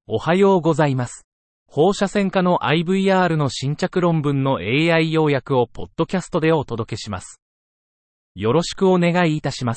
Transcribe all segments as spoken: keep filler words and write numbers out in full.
おはようございます。放射線科の アイブイアール の新着論文の エーアイ 要約をポッドキャストでお届けします。よろしくお願いいたします。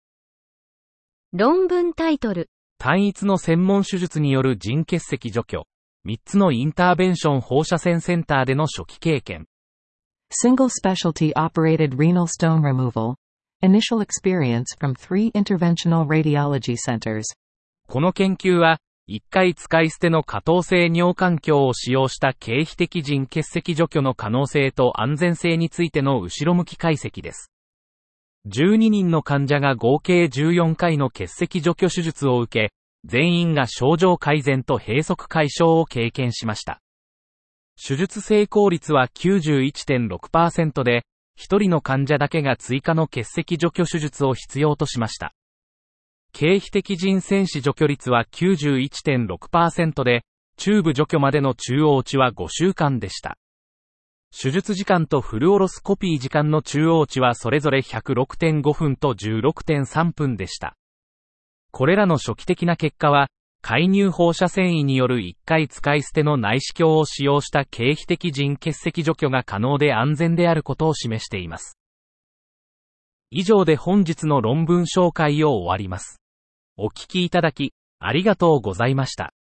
論文タイトル。 単一の専門手術による腎結石除去。みっつのインターベンション放射線センターでの初期経験。 Single specialty operated renal stone removal. Initial experience from three interventional radiology centers. この研究は、いっかい使い捨ての可透性尿環境を使用した経皮的腎結石除去の可能性と安全性についての後ろ向き解析です。じゅうににんの患者が合計じゅうよんかいの結石除去手術を受け、全員が症状改善と閉塞解消を経験しました。手術成功率は きゅうじゅういってんろくパーセント で、ひとりの患者だけが追加の結石除去手術を必要としました。経皮的腎栓死除去率は きゅうじゅういってんろくパーセント で、チューブ除去までの中央値はごしゅうかんでした。手術時間とフルオロスコピー時間の中央値はそれぞれ ひゃくろくてんごふんと じゅうろくてんさんぷんでした。これらの初期的な結果は、介入放射線維によるいっかい使い捨ての内視鏡を使用した経皮的腎結石除去が可能で安全であることを示しています。以上で本日の論文紹介を終わります。お聞きいただき、ありがとうございました。